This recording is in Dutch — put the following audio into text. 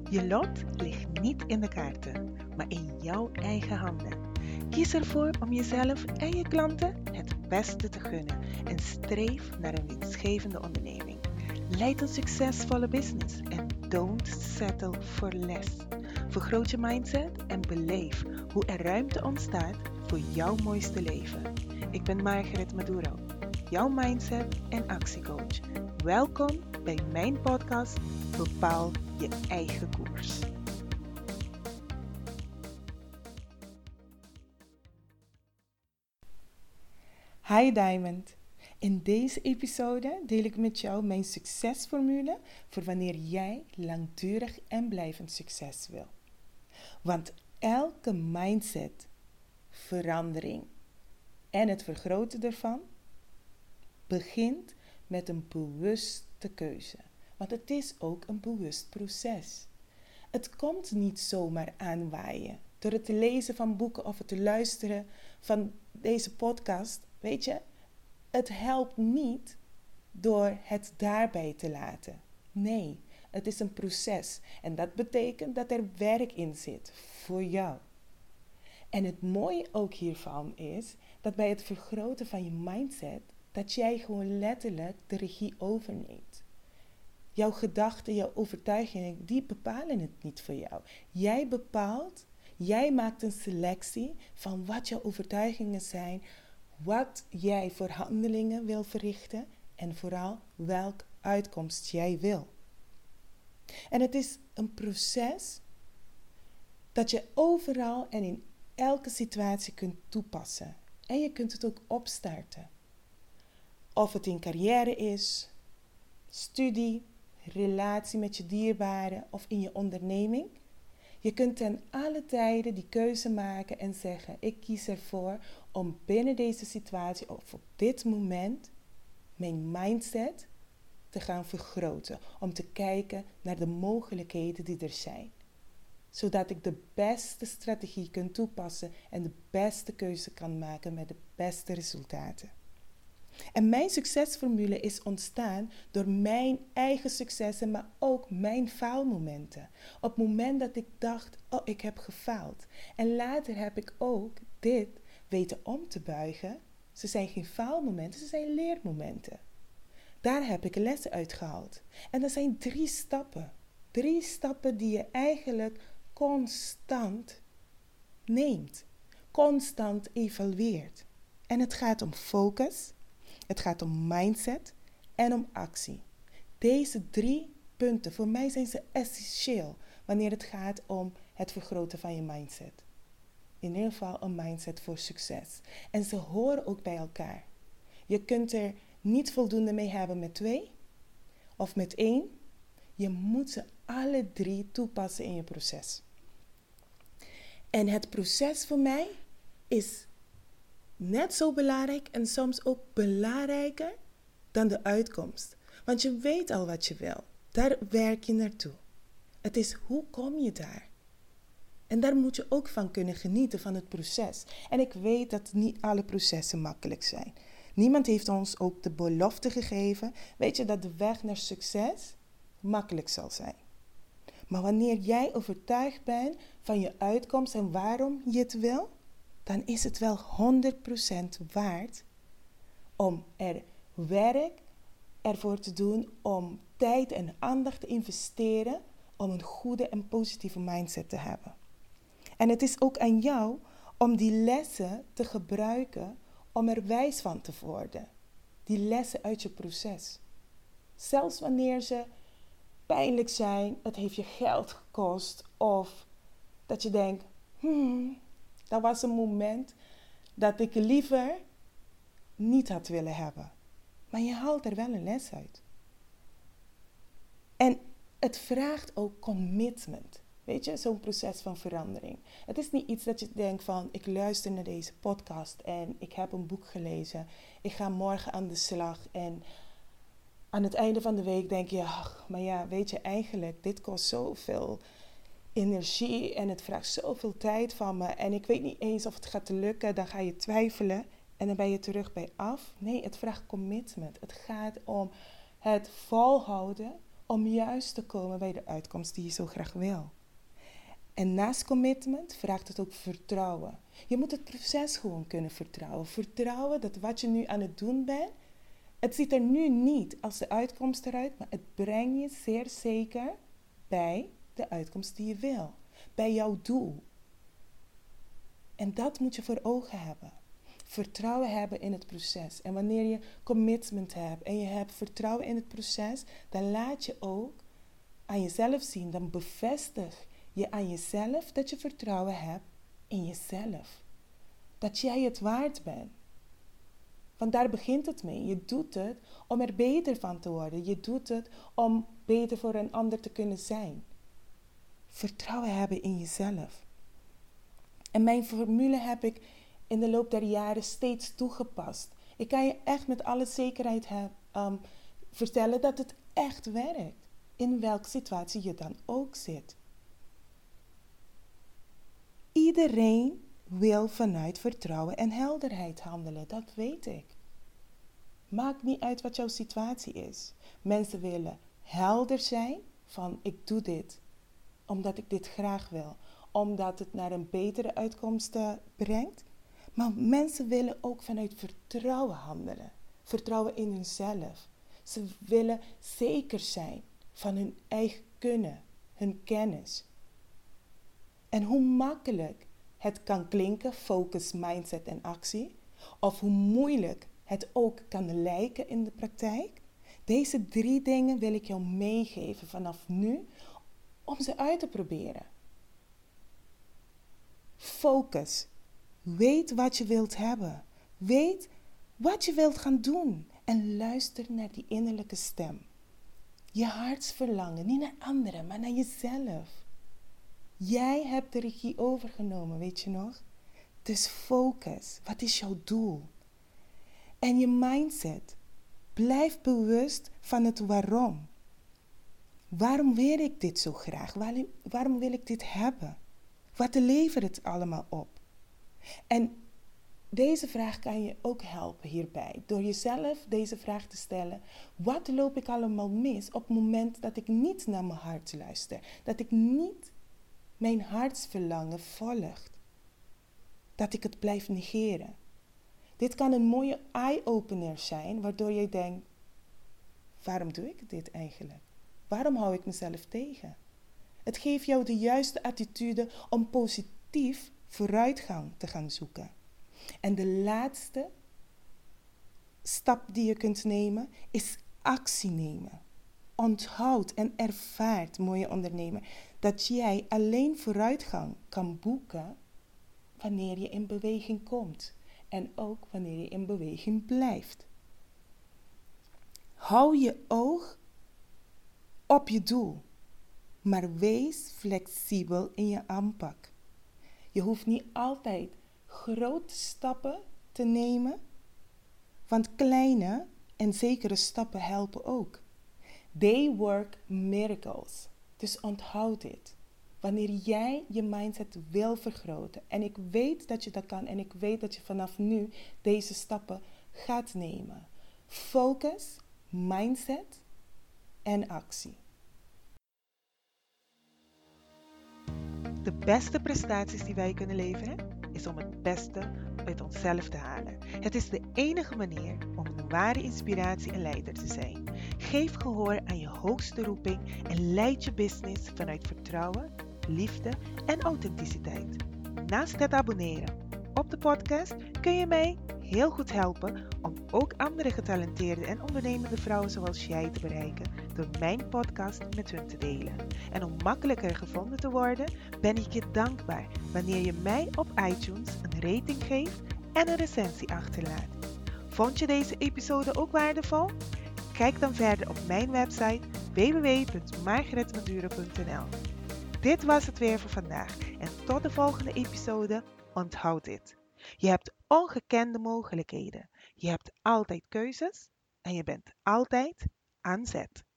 Je lot ligt niet in de kaarten, maar in jouw eigen handen. Kies ervoor om jezelf en je klanten het beste te gunnen en streef naar een winstgevende onderneming. Leid een succesvolle business en don't settle for less. Vergroot je mindset en beleef hoe er ruimte ontstaat voor jouw mooiste leven. Ik ben Margaret Maduro, jouw mindset en actiecoach. Welkom bij mijn podcast Bepaal je eigen koers. Hi Diamond. In deze episode deel ik met jou mijn succesformule voor wanneer jij langdurig en blijvend succes wil. Want elke mindset, verandering en het vergroten ervan begint met een bewuste keuze. Want het is ook een bewust proces. Het komt niet zomaar aanwaaien. Door het te lezen van boeken of het te luisteren van deze podcast, weet je, het helpt niet door het daarbij te laten. Nee, het is een proces en dat betekent dat er werk in zit voor jou. En het mooie ook hiervan is dat bij het vergroten van je mindset, dat jij gewoon letterlijk de regie overneemt. Jouw gedachten, jouw overtuigingen, die bepalen het niet voor jou. Jij bepaalt, jij maakt een selectie van wat jouw overtuigingen zijn, wat jij voor handelingen wil verrichten en vooral welke uitkomst jij wil. En het is een proces dat je overal en in elke situatie kunt toepassen. En je kunt het ook opstarten. Of het in carrière is, studie, relatie met je dierbaren of in je onderneming. Je kunt ten alle tijden die keuze maken en zeggen, ik kies ervoor om binnen deze situatie of op dit moment mijn mindset te gaan vergroten. Om te kijken naar de mogelijkheden die er zijn. Zodat ik de beste strategie kan toepassen en de beste keuze kan maken met de beste resultaten. En mijn succesformule is ontstaan door mijn eigen successen, maar ook mijn faalmomenten. Op het moment dat ik dacht, oh, ik heb gefaald. En later heb ik ook dit weten om te buigen. Ze zijn geen faalmomenten, ze zijn leermomenten. Daar heb ik lessen uit gehaald. En dat zijn 3 stappen. 3 stappen die je eigenlijk constant neemt. Constant evalueert. En het gaat om focus. Het gaat om mindset en om actie. Deze 3 punten, voor mij zijn ze essentieel wanneer het gaat om het vergroten van je mindset. In ieder geval een mindset voor succes. En ze horen ook bij elkaar. Je kunt er niet voldoende mee hebben met 2 of met 1. Je moet ze alle 3 toepassen in je proces. En het proces voor mij is net zo belangrijk en soms ook belangrijker dan de uitkomst. Want je weet al wat je wil. Daar werk je naartoe. Het is hoe kom je daar? En daar moet je ook van kunnen genieten van het proces. En ik weet dat niet alle processen makkelijk zijn. Niemand heeft ons ook de belofte gegeven, weet je, dat de weg naar succes makkelijk zal zijn. Maar wanneer jij overtuigd bent van je uitkomst en waarom je het wil, dan is het wel 100% waard om er werk ervoor te doen, om tijd en aandacht te investeren om een goede en positieve mindset te hebben. En het is ook aan jou om die lessen te gebruiken om er wijs van te worden. Die lessen uit je proces. Zelfs wanneer ze pijnlijk zijn, het heeft je geld gekost of dat je denkt, dat was een moment dat ik liever niet had willen hebben. Maar je haalt er wel een les uit. En het vraagt ook commitment. Weet je, zo'n proces van verandering. Het is niet iets dat je denkt van, ik luister naar deze podcast en ik heb een boek gelezen. Ik ga morgen aan de slag en aan het einde van de week denk je, ach, maar ja, weet je, eigenlijk, dit kost zoveel energie en het vraagt zoveel tijd van me en ik weet niet eens of het gaat lukken. Dan ga je twijfelen en dan ben je terug bij af. Nee, het vraagt commitment. Het gaat om het volhouden om juist te komen bij de uitkomst die je zo graag wil. En naast commitment vraagt het ook vertrouwen. Je moet het proces gewoon kunnen vertrouwen. Vertrouwen dat wat je nu aan het doen bent, het ziet er nu niet als de uitkomst eruit, maar het brengt je zeer zeker bij de uitkomst die je wil. Bij jouw doel. En dat moet je voor ogen hebben. Vertrouwen hebben in het proces. En wanneer je commitment hebt en je hebt vertrouwen in het proces, dan laat je ook aan jezelf zien. Dan bevestig je aan jezelf dat je vertrouwen hebt in jezelf. Dat jij het waard bent. Want daar begint het mee. Je doet het om er beter van te worden. Je doet het om beter voor een ander te kunnen zijn. Vertrouwen hebben in jezelf. En mijn formule heb ik in de loop der jaren steeds toegepast. Ik kan je echt met alle zekerheid vertellen dat het echt werkt. In welke situatie je dan ook zit. Iedereen wil vanuit vertrouwen en helderheid handelen, dat weet ik. Maakt niet uit wat jouw situatie is. Mensen willen helder zijn van ik doe dit, omdat ik dit graag wil. Omdat het naar een betere uitkomst brengt. Maar mensen willen ook vanuit vertrouwen handelen. Vertrouwen in hunzelf. Ze willen zeker zijn van hun eigen kunnen, hun kennis. En hoe makkelijk het kan klinken, focus, mindset en actie, of hoe moeilijk het ook kan lijken in de praktijk, deze 3 dingen wil ik jou meegeven vanaf nu om ze uit te proberen. Focus. Weet wat je wilt hebben. Weet wat je wilt gaan doen. En luister naar die innerlijke stem. Je hartsverlangen, niet naar anderen, maar naar jezelf. Jij hebt de regie overgenomen, weet je nog? Dus focus. Wat is jouw doel? En je mindset. Blijf bewust van het waarom. Waarom wil ik dit zo graag? Waarom wil ik dit hebben? Wat levert het allemaal op? En deze vraag kan je ook helpen hierbij. Door jezelf deze vraag te stellen. Wat loop ik allemaal mis op het moment dat ik niet naar mijn hart luister? Dat ik niet mijn hartsverlangen volgt. Dat ik het blijf negeren. Dit kan een mooie eye-opener zijn, waardoor je denkt, waarom doe ik dit eigenlijk? Waarom hou ik mezelf tegen? Het geeft jou de juiste attitude om positief vooruitgang te gaan zoeken. En de laatste stap die je kunt nemen, is actie nemen. Onthoud en ervaart, mooie ondernemer, dat jij alleen vooruitgang kan boeken wanneer je in beweging komt. En ook wanneer je in beweging blijft. Hou je oog op je doel, maar wees flexibel in je aanpak. Je hoeft niet altijd grote stappen te nemen, want kleine en zekere stappen helpen ook. They work miracles. Dus onthoud dit. Wanneer jij je mindset wil vergroten, en ik weet dat je dat kan en ik weet dat je vanaf nu deze stappen gaat nemen. Focus, mindset en actie. De beste prestaties die wij kunnen leveren, is om het beste uit onszelf te halen. Het is de enige manier om een ware inspiratie en leider te zijn. Geef gehoor aan je hoogste roeping en leid je business vanuit vertrouwen, liefde en authenticiteit. Naast het abonneren op de podcast kun je mij heel goed helpen om ook andere getalenteerde en ondernemende vrouwen zoals jij te bereiken door mijn podcast met hun te delen. En om makkelijker gevonden te worden, ben ik je dankbaar wanneer je mij op iTunes een rating geeft en een recensie achterlaat. Vond je deze episode ook waardevol? Kijk dan verder op mijn website www.margaretmaduro.nl. Dit was het weer voor vandaag en tot de volgende episode. Onthoud dit. Je hebt ongekende mogelijkheden. Je hebt altijd keuzes en je bent altijd aan zet.